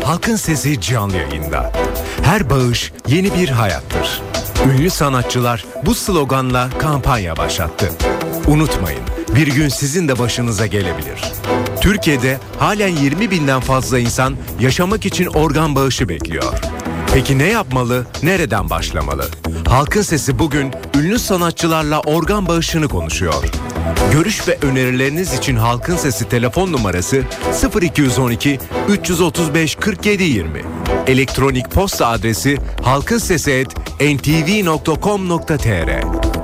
Halkın Sesi canlı yayında. Her bağış yeni bir hayattır. Ünlü sanatçılar bu sloganla kampanya başlattı. Unutmayın, bir gün sizin de başınıza gelebilir. Türkiye'de halen 20 binden fazla insan yaşamak için organ bağışı bekliyor. Peki ne yapmalı, nereden başlamalı? Halkın Sesi bugün ünlü sanatçılarla organ bağışını konuşuyor. Görüş ve önerileriniz için Halkın Sesi telefon numarası 0212 335 47 20. Elektronik posta adresi halkinsesi@ntv.com.tr.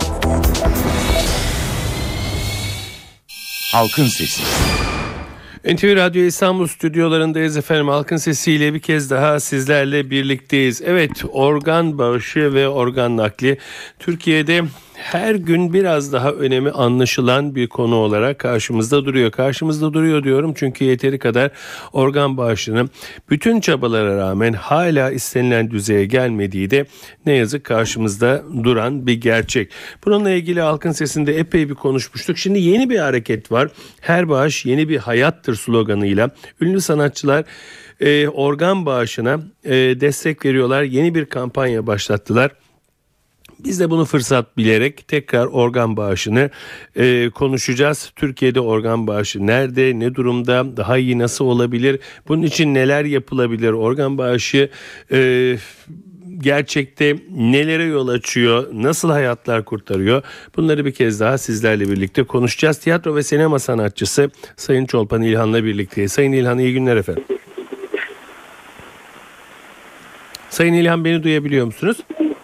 Halkın Sesi. NTV Radyo İstanbul stüdyolarındayız efendim. Halkın Sesi'yle bir kez daha sizlerle birlikteyiz. Evet, organ bağışı ve organ nakli Türkiye'de her gün biraz daha önemi anlaşılan bir konu olarak karşımızda duruyor. Karşımızda duruyor diyorum çünkü yeteri kadar organ bağışının bütün çabalara rağmen hala istenilen düzeye gelmediği de ne yazık karşımızda duran bir gerçek. Bununla ilgili Halkın Sesi'nde epey bir konuşmuştuk. Şimdi yeni bir hareket var. Her bağış yeni bir hayattır sloganıyla ünlü sanatçılar organ bağışına destek veriyorlar. Yeni bir kampanya başlattılar. Biz de bunu fırsat bilerek tekrar organ bağışını konuşacağız. Türkiye'de organ bağışı nerede, ne durumda, daha iyi nasıl olabilir? Bunun için neler yapılabilir? Organ bağışı gerçekte nelere yol açıyor, nasıl hayatlar kurtarıyor? Bunları bir kez daha sizlerle birlikte konuşacağız. Tiyatro ve sinema sanatçısı Sayın Çolpan İlhan'la birlikteyiz. Sayın İlhan, iyi günler efendim. Sayın İlhan, beni duyabiliyor musunuz?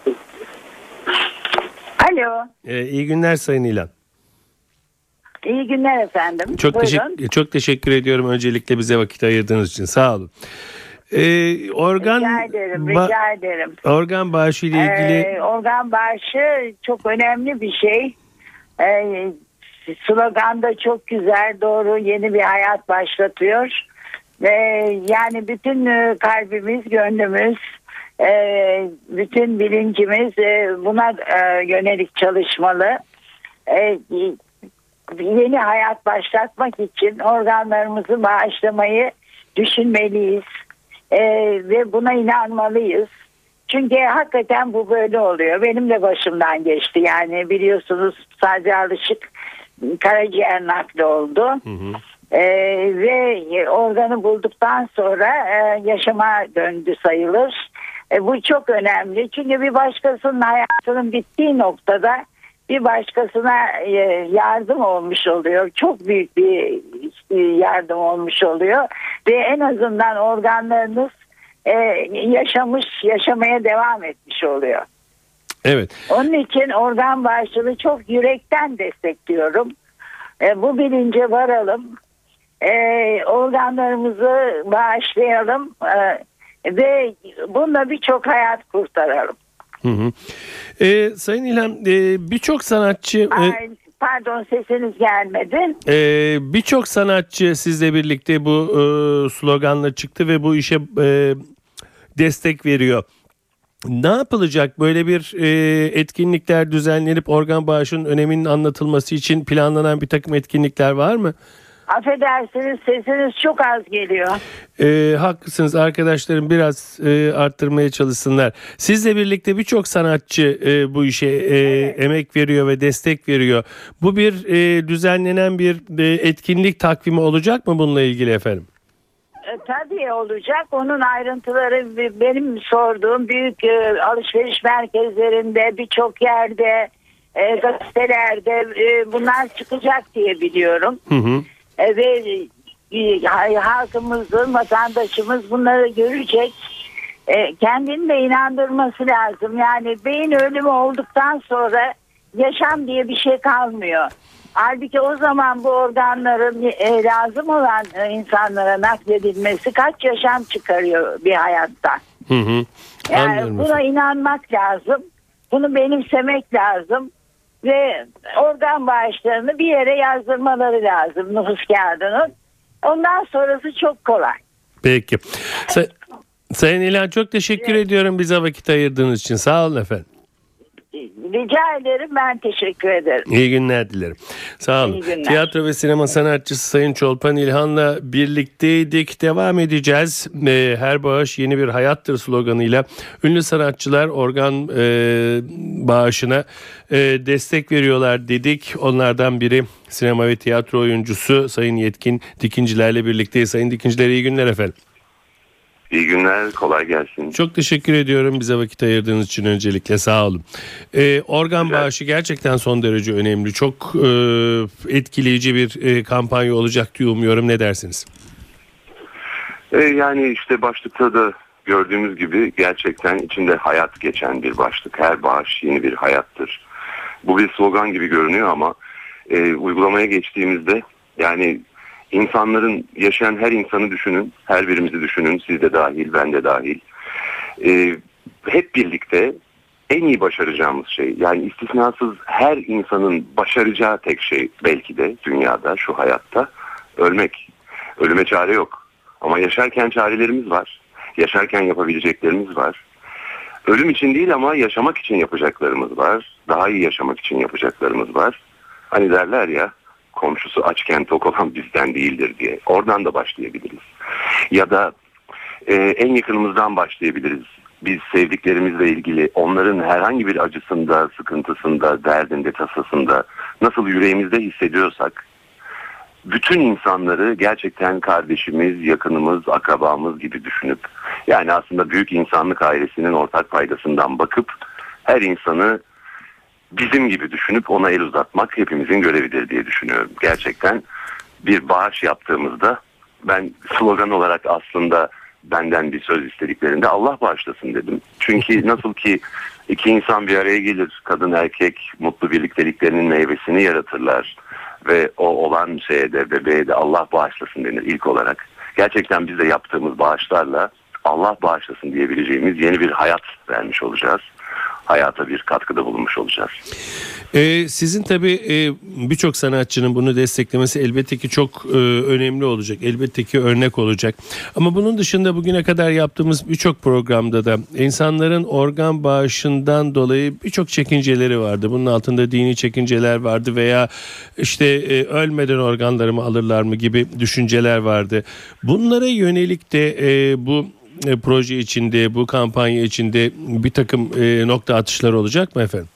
Alo. İyi günler Sayın İlhan. İyi günler efendim. Çok teşekkür ediyorum öncelikle bize vakit ayırdığınız için. Sağ olun. Rica ederim. Organ bağışı ile ilgili. Organ bağışı çok önemli bir şey. Slogan da çok güzel, doğru, yeni bir hayat başlatıyor. Yani bütün kalbimiz, gönlümüz, bütün bilincimiz buna yönelik çalışmalı. Yeni hayat başlatmak için organlarımızı bağışlamayı düşünmeliyiz ve buna inanmalıyız. Çünkü hakikaten bu böyle oluyor. Benim de başımdan geçti. Yani biliyorsunuz Sadri Alışık karaciğer nakli oldu. Hı hı. Ve organı bulduktan sonra yaşama döndü sayılır. Bu çok önemli. Çünkü bir başkasının hayatının bittiği noktada bir başkasına yardım olmuş oluyor. Çok büyük bir yardım olmuş oluyor. Ve en azından organlarınız yaşamaya devam etmiş oluyor. Evet. Onun için organ bağışını çok yürekten destekliyorum. Bu bilince varalım. Organlarımızı bağışlayalım ve bununla birçok hayat kurtaralım. Hı hı. Sayın İlhan, birçok sanatçı... Pardon, sesiniz gelmedi. Birçok sanatçı sizle birlikte bu sloganla çıktı ve bu işe destek veriyor. Ne yapılacak? Böyle bir etkinlikler düzenlenip organ bağışının öneminin anlatılması için planlanan bir takım etkinlikler var mı? Affedersiniz, sesiniz çok az geliyor. Haklısınız, arkadaşlarım biraz arttırmaya çalışsınlar. Sizle birlikte birçok sanatçı bu işe emek veriyor ve destek veriyor. Bu bir düzenlenen bir etkinlik takvimi olacak mı bununla ilgili efendim? Tabii olacak. Onun ayrıntıları benim sorduğum büyük alışveriş merkezlerinde, birçok yerde, gazetelerde bunlar çıkacak diye biliyorum. Hı hı. Ve halkımızın, vatandaşımız bunları görecek. Kendini de inandırması lazım. Yani beyin ölümü olduktan sonra yaşam diye bir şey kalmıyor. Halbuki o zaman bu organların lazım olan insanlara nakledilmesi kaç yaşam çıkarıyor bir hayatta. Hı hı. Yani buna inanmak lazım. Bunu benimsemek lazım. Ve organ bağışlarını bir yere yazdırmaları lazım, nüfus kağıdının. Ondan sonrası çok kolay. Peki. Sayın İlhan, çok teşekkür ediyorum bize vakit ayırdığınız için. Sağ olun efendim. Rica ederim, ben teşekkür ederim. İyi günler dilerim. Sağ olun. İyi günler. Tiyatro ve sinema sanatçısı Sayın Çolpan İlhan'la birlikteydik. Devam edeceğiz. Her bağış yeni bir hayattır sloganıyla ünlü sanatçılar organ bağışına destek veriyorlar dedik. Onlardan biri sinema ve tiyatro oyuncusu Sayın Yetkin Dikinciler'le birlikteyiz. Sayın Dikinciler, iyi günler efendim. İyi günler, kolay gelsin. Çok teşekkür ediyorum bize vakit ayırdığınız için, öncelikle sağ olun. Organ bağışı gerçekten son derece önemli. Çok etkileyici bir kampanya olacak diye umuyorum. Ne dersiniz? Yani işte başlıkta da gördüğümüz gibi gerçekten içinde hayat geçen bir başlık. Her bağış yeni bir hayattır. Bu bir slogan gibi görünüyor ama uygulamaya geçtiğimizde yani insanların, yaşayan her insanı düşünün, her birimizi düşünün, siz de dahil, ben de dahil. Hep birlikte en iyi başaracağımız şey, yani istisnasız her insanın başaracağı tek şey belki de dünyada, şu hayatta ölmek. Ölüme çare yok ama yaşarken çarelerimiz var, yaşarken yapabileceklerimiz var. Ölüm için değil ama yaşamak için yapacaklarımız var, daha iyi yaşamak için yapacaklarımız var. Hani derler ya, komşusu açken tok olan bizden değildir diye. Oradan da başlayabiliriz. Ya da en yakınımızdan başlayabiliriz. Biz sevdiklerimizle ilgili onların herhangi bir acısında, sıkıntısında, derdinde, tasasında nasıl yüreğimizde hissediyorsak bütün insanları gerçekten kardeşimiz, yakınımız, akrabamız gibi düşünüp, yani aslında büyük insanlık ailesinin ortak paydasından bakıp her insanı bizim gibi düşünüp ona el uzatmak hepimizin görevidir diye düşünüyorum. Gerçekten bir bağış yaptığımızda ben slogan olarak aslında benden bir söz istediklerinde Allah bağışlasın dedim. Çünkü nasıl ki iki insan bir araya gelir, kadın erkek mutlu birlikteliklerinin meyvesini yaratırlar ve o olan şeye de, bebeğe de Allah bağışlasın denir ilk olarak. Gerçekten biz de yaptığımız bağışlarla Allah bağışlasın diyebileceğimiz yeni bir hayat vermiş olacağız. Hayata bir katkıda bulunmuş olacağız. Sizin tabii birçok sanatçının bunu desteklemesi elbette ki çok önemli olacak. Elbette ki örnek olacak. Ama bunun dışında bugüne kadar yaptığımız birçok programda da insanların organ bağışından dolayı birçok çekinceleri vardı. Bunun altında dini çekinceler vardı veya işte ölmeden organlarımı alırlar mı gibi düşünceler vardı. Bunlara yönelik de bu proje içinde, bu kampanya içinde bir takım nokta atışları olacak mı efendim?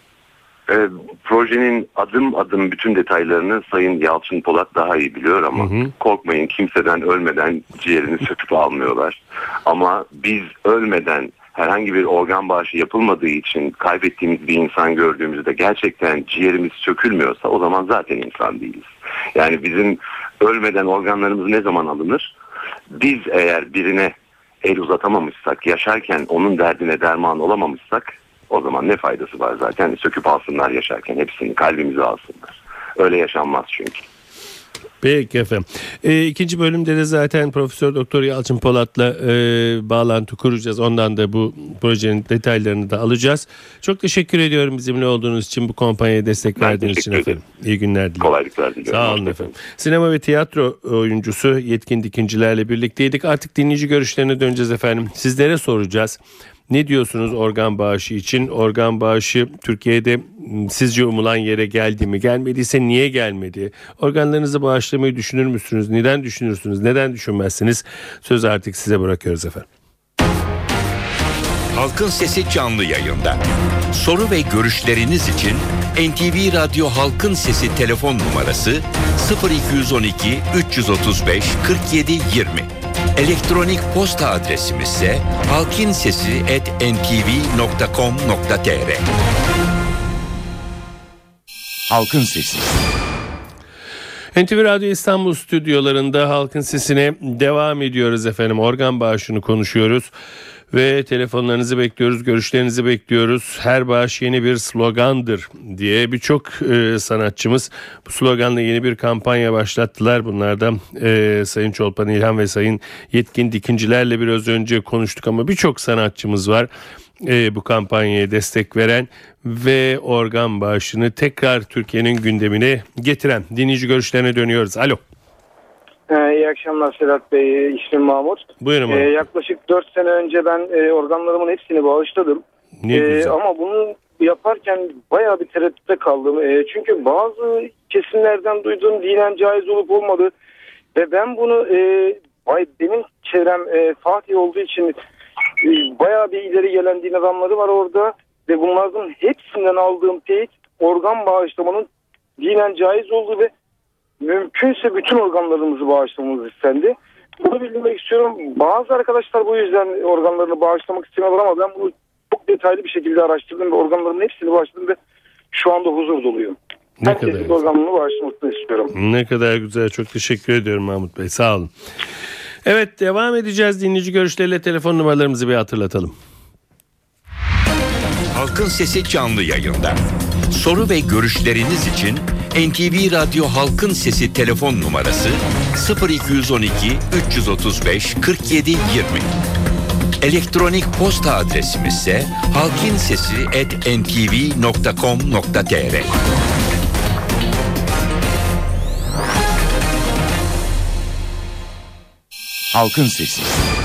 Projenin adım adım bütün detaylarını Sayın Yalçın Polat daha iyi biliyor ama korkmayın, kimseden ölmeden ciğerini söküp almıyorlar. Ama biz ölmeden herhangi bir organ bağışı yapılmadığı için kaybettiğimiz bir insan gördüğümüzde gerçekten ciğerimiz sökülmüyorsa o zaman zaten insan değiliz. Yani bizim ölmeden organlarımız ne zaman alınır? Biz eğer birine el uzatamamışsak, yaşarken onun derdine derman olamamışsak o zaman ne faydası var zaten? Söküp alsınlar yaşarken, hepsini kalbimize alsınlar. Öyle yaşanmaz çünkü. Peki efendim. İkinci bölümde de zaten Profesör Doktor Yalçın Polat'la bağlantı kuracağız. Ondan da bu projenin detaylarını da alacağız. Çok teşekkür ediyorum bizimle olduğunuz için, bu kampanyaya destek verdiğiniz için efendim. İyi günler diliyorum. Kolaylıklar diliyorum. Sağ olun efendim. Sinema ve tiyatro oyuncusu Yetkin Dikinciler'le birlikteydik. Artık dinleyici görüşlerine döneceğiz efendim. Sizlere soracağız. Ne diyorsunuz organ bağışı için? Organ bağışı Türkiye'de sizce umulan yere geldi mi? Gelmediyse niye gelmedi? Organlarınızı bağışlamayı düşünür müsünüz? Neden düşünürsünüz? Neden düşünmezsiniz? Sözü artık size bırakıyoruz efendim. Halkın Sesi canlı yayında. Soru ve görüşleriniz için NTV Radyo Halkın Sesi telefon numarası 0212 335 47 20. Elektronik posta adresimiz ise halkinsesi@ntv.com.tr. Halkın Sesi. NTV Radyo İstanbul stüdyolarında Halkın Sesi'ne devam ediyoruz efendim. Organ bağışını konuşuyoruz ve telefonlarınızı bekliyoruz, görüşlerinizi bekliyoruz. Her bağış yeni bir slogandır diye birçok sanatçımız bu sloganla yeni bir kampanya başlattılar. Bunlardan Sayın Çolpan İlhan ve Sayın Yetkin Dikinciler'le biraz önce konuştuk ama birçok sanatçımız var bu kampanyaya destek veren ve organ bağışını tekrar Türkiye'nin gündemine getiren. Dinleyici görüşlerine dönüyoruz. Alo. İyi akşamlar Sedat Bey, ismim Mahmut. Buyurun. Yaklaşık 4 sene önce ben organlarımın hepsini bağışladım. Ne güzel. Ama bunu yaparken bayağı bir tereddütte kaldım. Çünkü bazı kesimlerden duyduğum dinen caiz olup olmadığı ve ben bunu benim çevrem Fatih olduğu için bayağı bir ileri gelen din adamları var orada ve bunlardan hepsinden aldığım teyit organ bağışlamanın dinen caiz olduğu ve mümkünse bütün organlarımızı bağışlamamız istendi. Bunu bildirmek istiyorum. Bazı arkadaşlar bu yüzden organlarını bağışlamak istemiyorlar ama ben bunu çok detaylı bir şekilde araştırdım ve organlarımın hepsini bağışladım ve şu anda huzur doluyum. Herkesin organını bağışlamasını istiyorum. Ne kadar güzel. Çok teşekkür ediyorum Mahmut Bey. Sağ olun. Evet, devam edeceğiz. Dinleyici görüşleriyle telefon numaralarımızı bir hatırlatalım. Halkın Sesi canlı yayında. Soru ve görüşleriniz için NTV Radyo Halkın Sesi telefon numarası 0212 335 47 20. Elektronik posta adresimiz ise halkinsesi@ntv.com.tr. Halkın Sesi.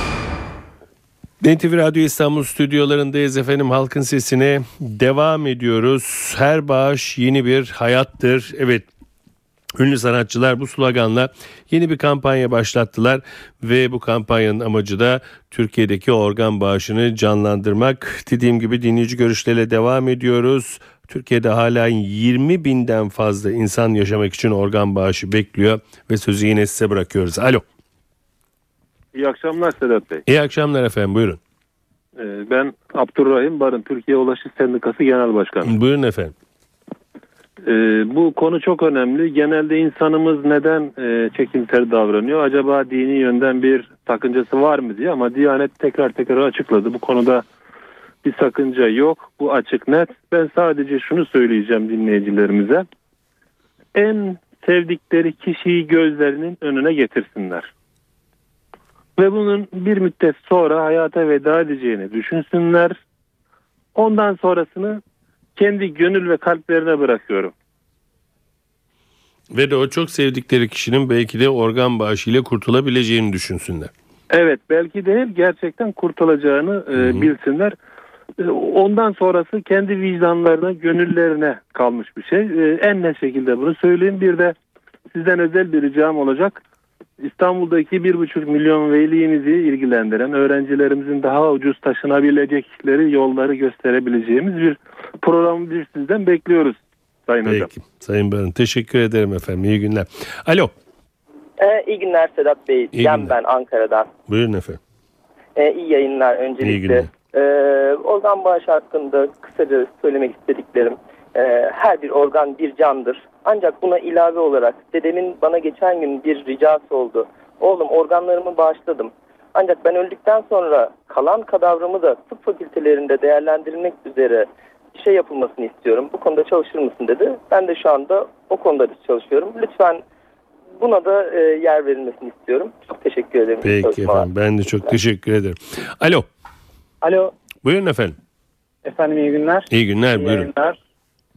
NTV Radyo İstanbul stüdyolarındayız efendim. Halkın Sesi'ne devam ediyoruz. Her bağış yeni bir hayattır. Evet, ünlü sanatçılar bu sloganla yeni bir kampanya başlattılar ve bu kampanyanın amacı da Türkiye'deki organ bağışını canlandırmak. Dediğim gibi dinleyici görüşleriyle devam ediyoruz. Türkiye'de hala 20 binden fazla insan yaşamak için organ bağışı bekliyor ve sözü yine size bırakıyoruz. Alo. İyi akşamlar Sedat Bey. İyi akşamlar efendim, buyurun. Ben Abdurrahim Barın, Türkiye Ulaşış Sendikası Genel Başkanı. Buyurun efendim. Bu konu çok önemli. Genelde insanımız neden çekimser davranıyor? Acaba dini yönden bir sakıncası var mı diye, ama Diyanet tekrar açıkladı. Bu konuda bir sakınca yok. Bu açık net. Ben sadece şunu söyleyeceğim dinleyicilerimize. En sevdikleri kişiyi gözlerinin önüne getirsinler. Ve bunun bir müddet sonra hayata veda edeceğini düşünsünler. Ondan sonrasını kendi gönül ve kalplerine bırakıyorum. Ve de o çok sevdikleri kişinin belki de organ bağışıyla kurtulabileceğini düşünsünler. Evet, belki değil, gerçekten kurtulacağını bilsinler. Ondan sonrası kendi vicdanlarına, gönüllerine kalmış bir şey. En net şekilde bunu söyleyeyim. Bir de sizden özel bir ricam olacak. İstanbul'daki 1,5 milyon velimizi ilgilendiren, öğrencilerimizin daha ucuz taşınabilecekleri yolları gösterebileceğimiz bir programı bir sizden bekliyoruz Sayın Hocam. Peki Sayın Barın, teşekkür ederim efendim. İyi günler. Alo. İyi günler Sedat Bey. Ben Ankara'dan. Buyurun efendim. İyi yayınlar öncelikle. İyi günler. Organ bağışı hakkında kısaca söylemek istediklerim. Her bir organ bir candır. Ancak buna ilave olarak dedemin bana geçen gün bir ricası oldu. Oğlum, organlarımı bağışladım. Ancak ben öldükten sonra kalan kadavrımı da tıp fakültelerinde değerlendirilmek üzere bir şey yapılmasını istiyorum. Bu konuda çalışır mısın dedi. Ben de şu anda o konuda çalışıyorum. Lütfen buna da yer verilmesini istiyorum. Çok teşekkür ederim. Peki efendim, ben de çok teşekkür ederim. Alo. Alo. Buyurun efendim. Efendim iyi günler. İyi günler, buyurun. Yayınlar.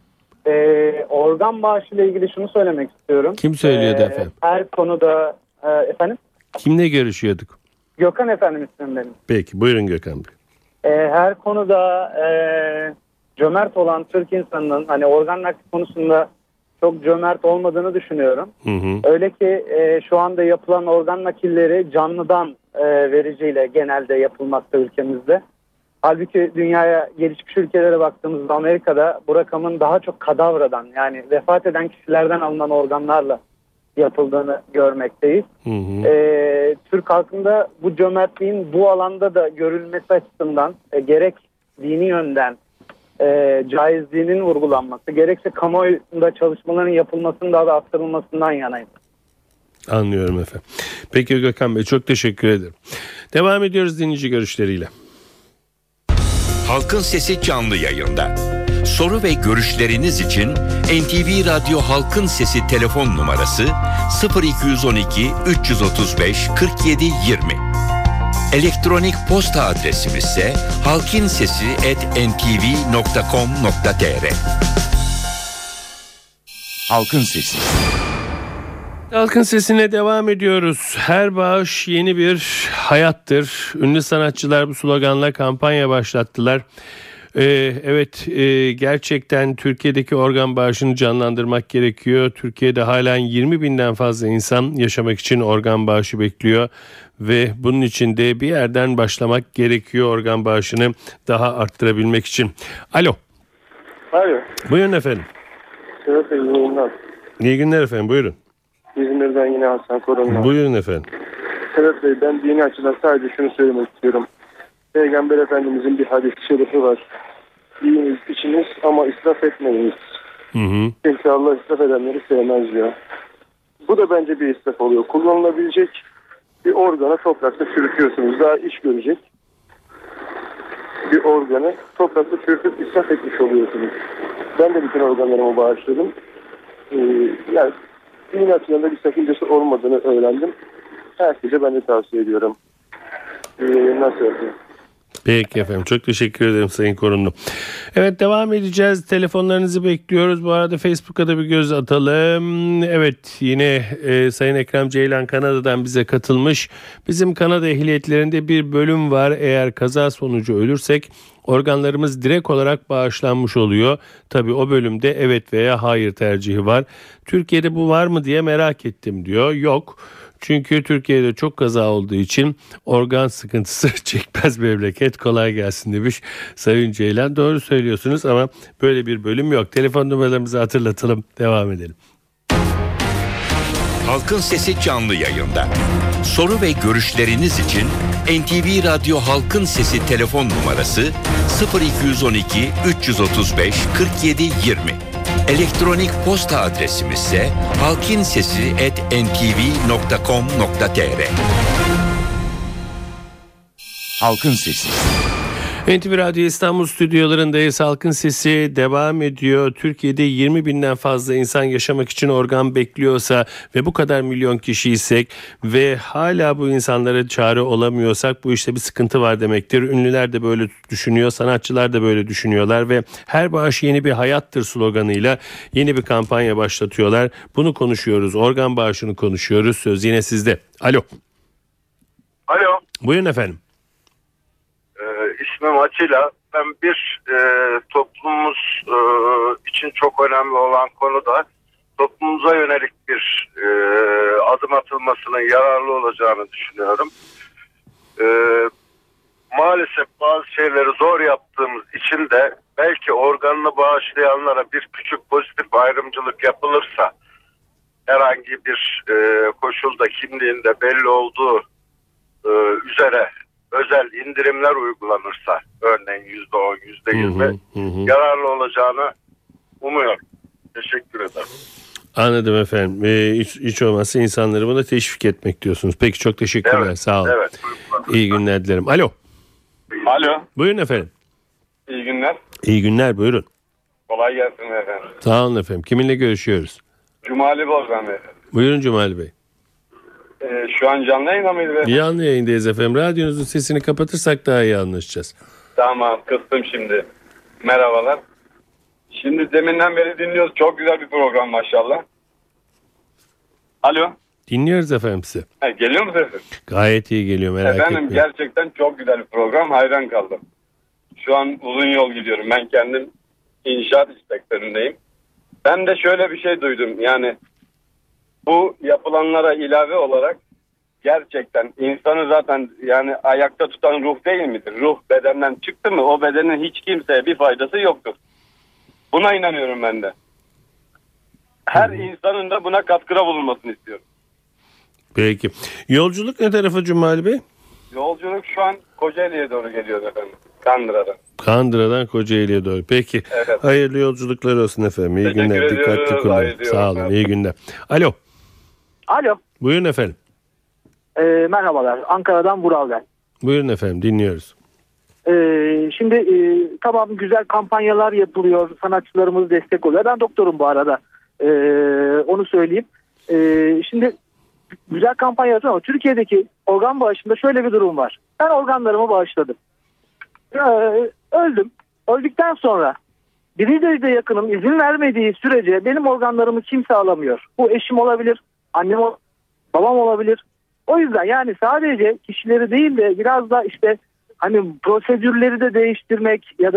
Organ bağışı ile ilgili şunu söylemek istiyorum. Kim söylüyordu efendim? Her konuda efendim? Kimle görüşüyorduk? Gökhan efendim ismim benim. Peki, buyurun Gökhan Bey. Her konuda cömert olan Türk insanının hani organ nakli konusunda çok cömert olmadığını düşünüyorum. Öyle ki şu anda yapılan organ nakilleri canlıdan vericiyle genelde yapılmakta ülkemizde. Halbuki dünyaya gelişmiş ülkelere baktığımızda Amerika'da bu rakamın daha çok kadavradan, yani vefat eden kişilerden alınan organlarla yapıldığını görmekteyiz. Türk halkında bu cömertliğin bu alanda da görülmesi açısından gerek dini yönden caizliğinin vurgulanması, gerekse kamuoyunda çalışmaların yapılmasının daha da arttırılmasından yanayım. Anlıyorum efendim. Peki Gökhan Bey, çok teşekkür ederim. Devam ediyoruz dinleyici görüşleriyle. Halkın Sesi canlı yayında. Soru ve görüşleriniz için NTV Radyo Halkın Sesi telefon numarası 0212 335 47 20. Elektronik posta adresimiz ise halkinsesi@ntv.com.tr. Halkın Sesi. Halkın Sesi'ne devam ediyoruz. Her bağış yeni bir hayattır. Ünlü sanatçılar bu sloganla kampanya başlattılar. Evet, gerçekten Türkiye'deki organ bağışını canlandırmak gerekiyor. Türkiye'de halen 20 binden fazla insan yaşamak için organ bağışı bekliyor. Ve bunun için de bir yerden başlamak gerekiyor organ bağışını daha arttırabilmek için. Alo. Alo. Buyurun efendim. Evet, iyi günler. İyi günler efendim, buyurun. İzmir'den yine Hasan Korunlar. Buyurun efendim. Evet Bey, ben dini açıdan sadece şunu söylemek istiyorum. Peygamber Efendimizin bir hadis-i şerifi var. Yiyiniz, içiniz ama israf etmeyiniz. Çünkü Allah israf edenleri sevmez diyor. Bu da bence bir israf oluyor. Kullanılabilecek bir organı toprakta çürütüyorsunuz. Daha iş görecek bir organı toprakta çürütüp israf etmiş oluyorsunuz. Ben de bütün organlarımı bağışladım. Yani dini açıdan da bir sakıncası olmadığını öğrendim. Herkese ben de tavsiye ediyorum. Nasıl yapayım? Peki efendim, çok teşekkür ederim Sayın Korunlu. Evet, devam edeceğiz. Telefonlarınızı bekliyoruz. Bu arada Facebook'a da bir göz atalım. Evet, yine Sayın Ekrem Ceylan Kanada'dan bize katılmış. Bizim Kanada ehliyetlerinde bir bölüm var. Eğer kaza sonucu ölürsek organlarımız direkt olarak bağışlanmış oluyor. Tabii o bölümde evet veya hayır tercihi var. Türkiye'de bu var mı diye merak ettim diyor. Yok. Çünkü Türkiye'de çok kaza olduğu için organ sıkıntısı çekmez memleket. Kolay gelsin demiş Sayın Ceylan. Doğru söylüyorsunuz ama böyle bir bölüm yok. Telefon numaralarımızı hatırlatalım. Devam edelim. Halkın Sesi canlı yayında. Soru ve görüşleriniz için NTV Radyo Halkın Sesi telefon numarası 0212 335 47 20. Elektronik posta adresimiz ise halkinsesi@ntv.com.tr. Halkın Sesi. NTV Radyo İstanbul stüdyolarındayız. Halkın Sesi devam ediyor. Türkiye'de 20 binden fazla insan yaşamak için organ bekliyorsa ve bu kadar milyon kişiysek ve hala bu insanlara çare olamıyorsak bu işte bir sıkıntı var demektir. Ünlüler de böyle düşünüyor, sanatçılar da böyle düşünüyorlar ve her bağış yeni bir hayattır sloganıyla yeni bir kampanya başlatıyorlar. Bunu konuşuyoruz. Organ bağışını konuşuyoruz. Söz yine sizde. Alo. Alo. Buyurun efendim. İsmim Atilla. Ben toplumumuz için çok önemli olan konuda toplumumuza yönelik bir adım atılmasının yararlı olacağını düşünüyorum. Maalesef bazı şeyleri zor yaptığımız için de belki organını bağışlayanlara bir küçük pozitif ayrımcılık yapılırsa, herhangi bir koşulda kimliğinde belli olduğu üzere özel indirimler uygulanırsa, örneğin %10, %20 yararlı olacağını umuyorum. Teşekkür ederim. Anladım efendim. Hiç olmazsa insanları buna teşvik etmek diyorsunuz. Peki, çok teşekkürler. Evet, sağ olun. Evet. İyi günler dilerim. Alo. Alo. Buyurun efendim. İyi günler. İyi günler, buyurun. Kolay gelsin efendim. Sağ olun efendim. Kiminle görüşüyoruz? Cumali Bozgan efendim. Buyurun Cumali Bey. Şu an canlı yayında mıydı efendim? Canlı yayındayız efendim. Radyonuzun sesini kapatırsak daha iyi anlaşacağız. Tamam, kıstım şimdi. Merhabalar. Şimdi deminden beri dinliyoruz. Çok güzel bir program maşallah. Alo. Dinliyoruz efendim sizi. Geliyor mu sesim? Gayet iyi geliyor, merak efendim, etmeyin. gerçekten çok güzel bir program. Hayran kaldım. Şu an uzun yol gidiyorum. Ben kendim inşaat sektöründeyim. Ben de şöyle bir şey duydum. Yani bu yapılanlara ilave olarak gerçekten insanı zaten yani ayakta tutan ruh değil midir? Ruh bedenden çıktı mı o bedenin hiç kimseye bir faydası yoktur. Buna inanıyorum ben de. Her insanın da buna katkıda bulunmasını istiyorum. Peki. Yolculuk ne tarafa Cumali Bey? Yolculuk şu an Kocaeli'ye doğru geliyor efendim. Kandıra'dan. Kandıra'dan Kocaeli'ye doğru. Peki. Evet. Hayırlı yolculuklar olsun efendim. İyi Teşekkür günler. ediyoruz. Dikkatli kullanın. Sağ olun. İyi günler. Alo. Alo. Buyurun efendim. Merhabalar. Ankara'dan Vural ben. Buyurun efendim, dinliyoruz. Şimdi tamam, güzel kampanyalar yapılıyor. Sanatçılarımız destek oluyor. Ben doktorum bu arada. Onu söyleyeyim. Şimdi güzel kampanya yapıyor ama Türkiye'deki organ bağışında şöyle bir durum var. Ben organlarımı bağışladım. Öldüm. Öldükten sonra biri de yakınım izin vermediği sürece benim organlarımı kimse alamıyor. Bu eşim olabilir, annem olabilir, babam olabilir. O yüzden yani sadece kişileri değil de biraz da işte hani prosedürleri de değiştirmek ya da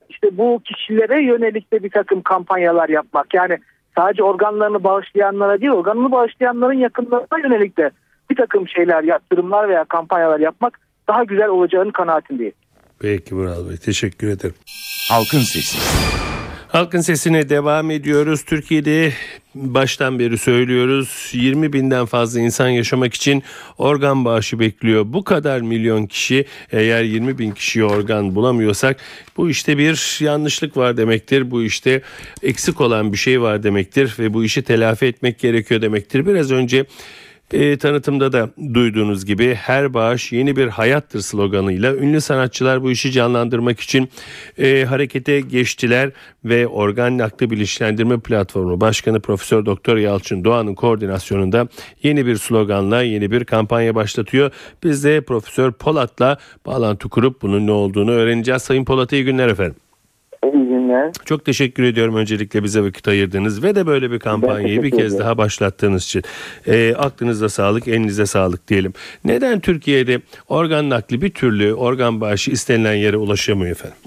işte bu kişilere yönelik de bir takım kampanyalar yapmak. Yani sadece organlarını bağışlayanlara değil, organını bağışlayanların yakınlarına yönelik de bir takım şeyler, yaptırımlar veya kampanyalar yapmak daha güzel olacağının kanaatindeyim. Peki Vural Bey, teşekkür ederim. Halkın Sesi. Halkın Sesi'ne devam ediyoruz. Türkiye'de baştan beri söylüyoruz, 20 binden fazla insan yaşamak için organ bağışı bekliyor. Bu kadar milyon kişi, eğer 20 bin kişiye organ bulamıyorsak bu işte bir yanlışlık var demektir. Bu işte eksik olan bir şey var demektir ve bu işi telafi etmek gerekiyor demektir. Biraz önce tanıtımda da duyduğunuz gibi her bağış yeni bir hayattır sloganıyla ünlü sanatçılar bu işi canlandırmak için harekete geçtiler ve Organ Nakli Bilinçlendirme Platformu Başkanı Profesör Doktor Yalçın Doğan'ın koordinasyonunda yeni bir sloganla yeni bir kampanya başlatıyor. Biz de Profesör Polat'la bağlantı kurup bunun ne olduğunu öğreneceğiz. Sayın Polat, iyi günler efendim. İyi günler. Çok teşekkür ediyorum öncelikle bize vakit ayırdığınız ve de böyle bir kampanyayı bir kez daha başlattığınız için. Aklınıza sağlık, elinize sağlık diyelim. Neden Türkiye'de organ nakli bir türlü organ bağışı istenilen yere ulaşamıyor efendim?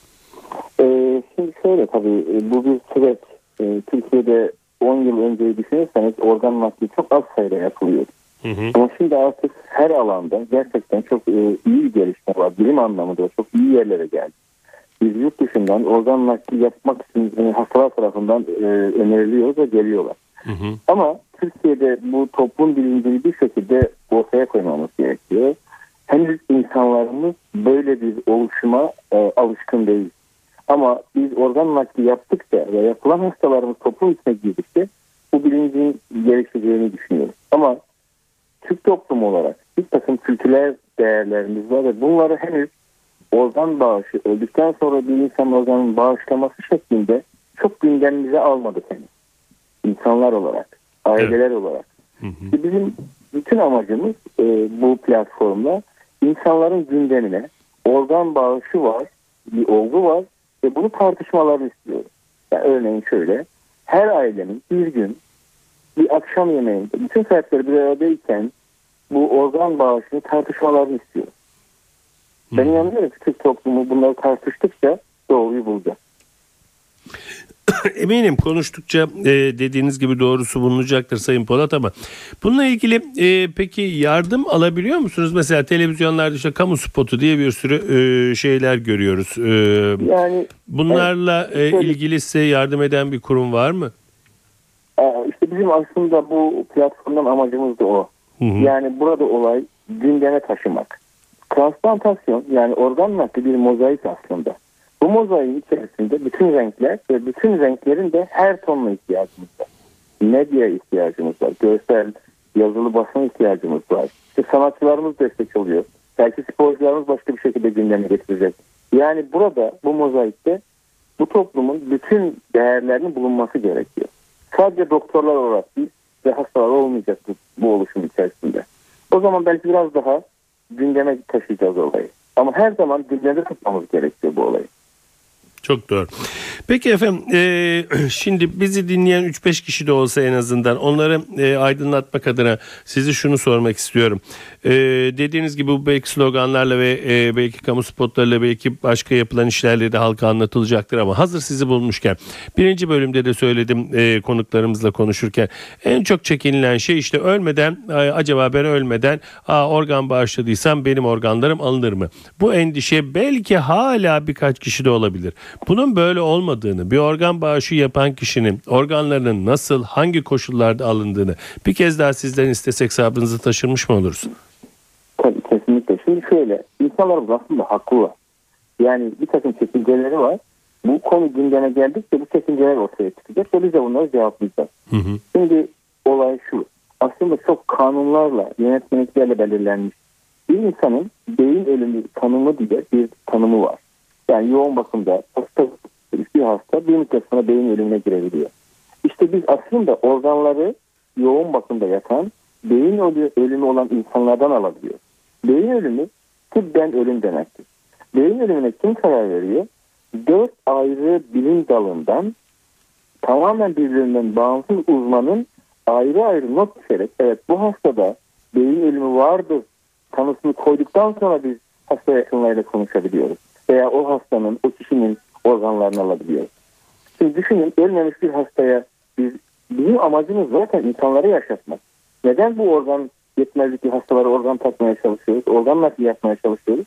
Şimdi şöyle, tabii bu bir süreç. Türkiye'de 10 yıl önceyi düşünürseniz organ nakli çok az sayıda yapılıyor. Ama şimdi artık her alanda gerçekten çok iyi bir gelişme var. Bilim anlamında çok iyi yerlere geldi. Biz yurt dışından organ nakli yapmak için hastalar tarafından öneriliyoruz ve geliyorlar. Ama Türkiye'de bu toplum bilincini bir şekilde ortaya koymamız gerekiyor. Henüz insanlarımız böyle bir oluşuma alışkın değil. Ama biz organ nakli yaptıkça ve yapılan hastalarımız toplum içine girdikçe bu bilincin gelişeceğini düşünüyoruz. Ama Türk toplumu olarak bir takım kültürel değerlerimiz var ve bunları henüz organ bağışı, öldükten sonra bir insanın organın bağışlaması şeklinde çok gündemimize almadık henüz. İnsanlar olarak, aileler olarak. Bizim bütün amacımız bu platformla insanların gündemine organ bağışı var, bir olgu var ve bunu tartışmalarını istiyoruz. Yani örneğin şöyle, her ailenin bir gün bir akşam yemeğinde bütün fertleri bir aradayken bu organ bağışını tartışmalarını istiyoruz. Ben inanıyorum ki Türk toplumu bunları tartıştıkça doğruyu bulacak. Eminim konuştukça dediğiniz gibi doğrusu bulunacaktır Sayın Polat, ama bununla ilgili peki yardım alabiliyor musunuz? Mesela televizyonlarda işte kamu spotu diye bir sürü şeyler görüyoruz. Yani bunlarla ilgili size yardım eden bir kurum var mı? İşte bizim aslında bu platformdan amacımız da o. Yani burada olay gündeme taşımak. Transplantasyon, yani organ nakli bir mozaik aslında. Bu mozaiğin içerisinde bütün renkler ve bütün renklerin de her tonuna ihtiyacımız var. Medya ihtiyacımız var. Görsel, yazılı basın ihtiyacımız var. İşte sanatçılarımız destek oluyor. Belki sporcularımız başka bir şekilde gündeme getirecek. Yani burada bu mozaikte bu toplumun bütün değerlerinin bulunması gerekiyor. Sadece doktorlar olarak değil ve hastalar olmayacak bu oluşum içerisinde. O zaman belki biraz daha gündeme taşıyacağız olayı. Ama her zaman gündemde tutmamız gerekiyor bu olayı. Çok doğru. Peki efendim, şimdi bizi dinleyen 3-5 kişi de olsa en azından onları aydınlatmak adına size şunu sormak istiyorum. Dediğiniz gibi bu belki sloganlarla ve belki kamu spotlarıyla, belki başka yapılan işlerle de halka anlatılacaktır, ama hazır sizi bulmuşken, birinci bölümde de söyledim konuklarımızla konuşurken, en çok çekinilen şey işte ölmeden, acaba ben ölmeden organ bağışladıysam benim organlarım alınır mı? Bu endişe belki hala birkaç kişide olabilir. Bunun böyle olmadığını, bir organ bağışı yapan kişinin organlarının nasıl, hangi koşullarda alındığını bir kez daha sizden istesek sabrınızı taşırmış mı oluruz? Tabii, kesinlikle. Şimdi şöyle, insanlarımız aslında haklılar. Yani bir takım çekinceleri var. Bu konu gündeme geldikçe bu çekinceler ortaya çıkacak ve biz de bunları cevaplayacağız. Şimdi olay şu, aslında çok kanunlarla, yönetmeliklerle belirlenmiş. Bir insanın beyin ölümü tanımı diye bir tanımı var. Yani yoğun bakımda bir hasta bir müddet sonra beyin ölümüne girebiliyor. İşte biz aslında organları yoğun bakımda yatan, beyin ölümü olan insanlardan alabiliyoruz. Beyin ölümü tıbben ölüm demektir. Beyin ölümüne kim karar veriyor? 4 ayrı bilim dalından tamamen birbirinden bağımsız uzmanın ayrı ayrı not düşerek, evet bu hastada beyin ölümü vardır tanısını koyduktan sonra biz hasta yakınlarıyla konuşabiliyoruz. Veya o hastanın, o kişinin organlarını alabiliyoruz. Şimdi düşünün, ölmemiş bir hastaya bizim amacımız zaten insanları yaşatmak. Neden bu organ yetmezlikli hastalara organ takmaya çalışıyoruz? Organ nakli yapmaya çalışıyoruz.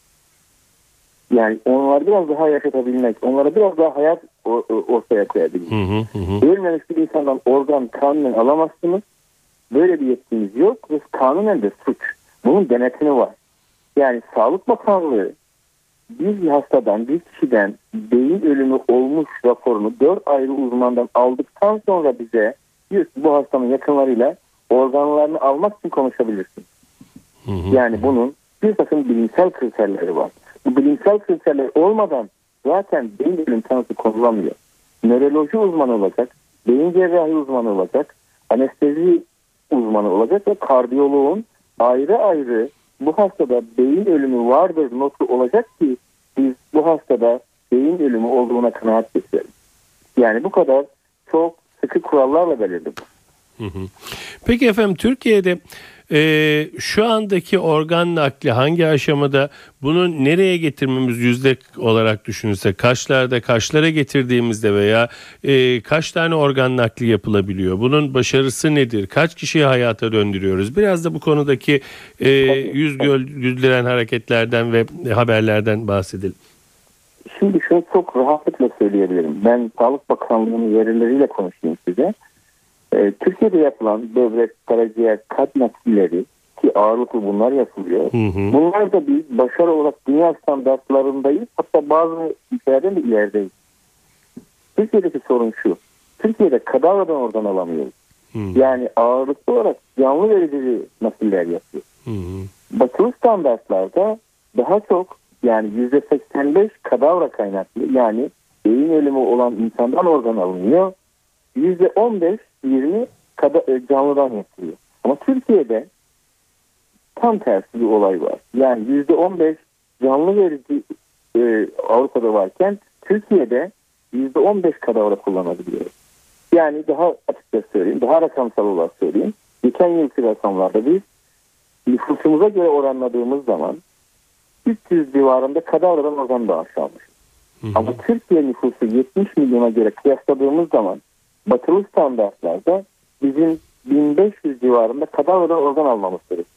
Yani onları biraz daha yaşatabilmek, onlara biraz daha hayat ortaya koyabilmek. Ölmemiş bir insandan organ kanunen alamazsınız. Böyle bir yetkimiz yok ve kanunen de suç. Bunun denetimi var. Yani Sağlık Bakanlığı bir hastadan, bir kişiden beyin ölümü olmuş raporunu 4 ayrı uzmandan aldıktan sonra bize diyor ki bu hastanın yakınlarıyla organlarını almak için konuşabilirsin. Yani bunun bir takım bilimsel kriterleri var. Bu bilimsel kriterler olmadan zaten beyin ölüm tanısı konulamıyor. Nöroloji uzmanı olacak, beyin cerrahi uzmanı olacak, anestezi uzmanı olacak ve kardiyoloğun ayrı ayrı bu hastada beyin ölümü vardır notu olacak ki biz bu hastada beyin ölümü olduğuna kanaat getirelim. Yani bu kadar çok sıkı kurallarla belirli. Peki efendim, Türkiye'de şu andaki organ nakli hangi aşamada, bunu nereye getirmemiz yüzde olarak düşünülse, kaçlara getirdiğimizde veya kaç tane organ nakli yapılabiliyor? Bunun başarısı nedir? Kaç kişiyi hayata döndürüyoruz? Biraz da bu konudaki yüz güldüren hareketlerden ve haberlerden bahsedelim. Şimdi şunu çok rahatlıkla söyleyebilirim. Ben Sağlık Bakanlığı'nın verileriyle konuşayım size. Türkiye'de yapılan böbrek, karaciğer, kalp nakilleri ki ağırlıklı bunlar yapılıyor. Bunlar da bir başarı olarak dünya standartlarındayız. Hatta bazı ülkelerden de ilerideyiz. Türkiye'deki sorun şu. Türkiye'de kadavradan oradan alamıyoruz. Yani ağırlıklı olarak canlı verici nakiller yapıyor. Batılı standartlarda daha çok, yani %85 kadavra kaynaklı, yani beyin ölümü olan insandan organ alınıyor. %15-20 canlıdan yapılıyor. Ama Türkiye'de tam tersi bir olay var. Yani %15 canlı verici Avrupa'da varken Türkiye'de %15 kadavra kullanabiliyoruz. Yani daha açıkça söyleyeyim, daha rakamsal olarak söyleyeyim. Geçen yılki rakamlarda biz nüfusumuza göre oranladığımız zaman 300 civarında kadavradan organ bağışı almışız. Ama Türkiye nüfusu 70 milyona göre kıyasladığımız zaman batılı standartlarda bizim 1500 civarında kadavradan organ almamız gerekiyor.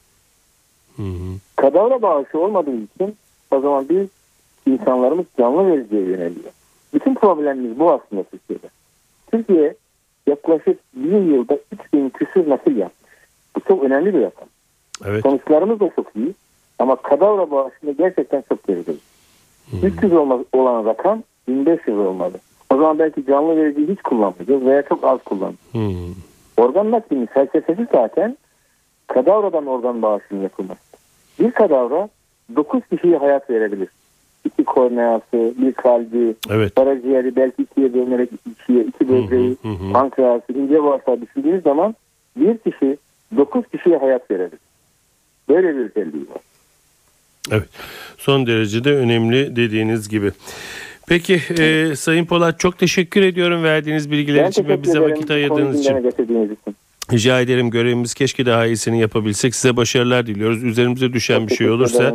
Kadavra bağışı olmadığı için o zaman biz insanlarımız canlı vericiye yöneliyor. Bütün problemimiz bu aslında Türkiye'de. Türkiye yaklaşık bir yılda 3000 küsur nakil yapmış. Bu çok önemli bir rakam. Evet. Sonuçlarımız da çok iyi ama kadavra bağışında gerçekten çok gerideyiz. 300 olan rakam 1500 olmalı. O zaman belki canlı vericiyi hiç kullanmayacağız veya çok az kullanacağız. Organ naklinin felsefesi zaten kadavradan organ bağışının yapılması. Bir kadavra 9 kişiye hayat verebilir. 2 korneası, bir kalbi, karaciğeri belki 2'ye bölünerek 2 böbreği, pankreası, ince bağırsağı düşündüğünüz zaman bir kişi 9 kişiye hayat verebilir. Böyle bir özelliği var. Evet, son derece de önemli dediğiniz gibi. Peki Sayın Polat, çok teşekkür ediyorum verdiğiniz bilgiler için ve bize vakit ayırdığınız için. Rica ederim, görevimiz keşke daha iyisini yapabilsek. Size başarılar diliyoruz. Üzerimize düşen bir şey olursa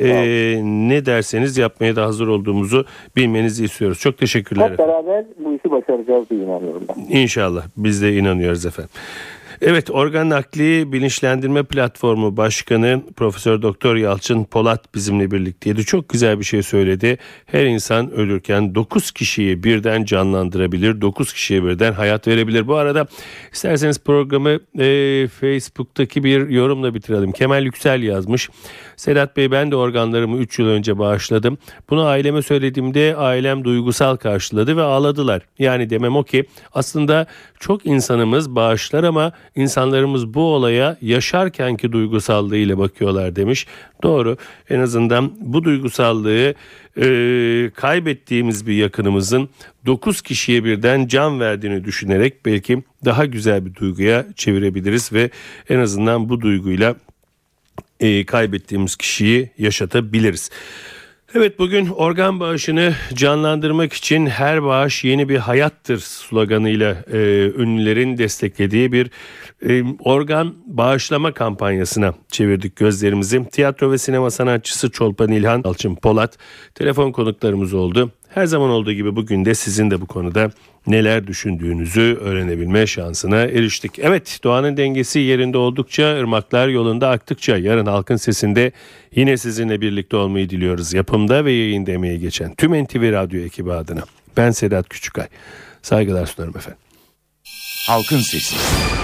ne derseniz yapmaya da hazır olduğumuzu bilmenizi istiyoruz. Çok teşekkürler. Hep beraber bu işi başaracağız diye inanıyorum ben. İnşallah, biz de inanıyoruz efendim. Evet, Organ Nakli Bilinçlendirme Platformu Başkanı Profesör Doktor Yalçın Polat bizimle birlikteydi. Çok güzel bir şey söyledi. Her insan ölürken 9 kişiyi birden canlandırabilir, 9 kişiye birden hayat verebilir. Bu arada isterseniz programı Facebook'taki bir yorumla bitirelim. Kemal Yüksel yazmış. Sedat Bey, ben de organlarımı 3 yıl önce bağışladım. Bunu aileme söylediğimde ailem duygusal karşıladı ve ağladılar. Yani demem o ki aslında çok insanımız bağışlar ama insanlarımız bu olaya yaşarkenki duygusallığıyla bakıyorlar demiş. Doğru, en azından bu duygusallığı kaybettiğimiz bir yakınımızın 9 kişiye birden can verdiğini düşünerek belki daha güzel bir duyguya çevirebiliriz ve en azından bu duyguyla kaybettiğimiz kişiyi yaşatabiliriz. Evet, bugün organ bağışını canlandırmak için her bağış yeni bir hayattır sloganıyla ünlülerin desteklediği bir organ bağışlama kampanyasına çevirdik gözlerimizi. Tiyatro ve sinema sanatçısı Çolpan İlhan, Yalçın Polat telefon konuklarımız oldu. Her zaman olduğu gibi bugün de sizin de bu konuda neler düşündüğünüzü öğrenebilme şansına eriştik. Evet, doğanın dengesi yerinde oldukça, ırmaklar yolunda aktıkça yarın Halkın Sesi'nde yine sizinle birlikte olmayı diliyoruz. Yapımda ve yayında emeği geçen tüm NTV Radyo ekibi adına. Ben Sedat Küçükay. Saygılar sunarım efendim. Halkın Sesi.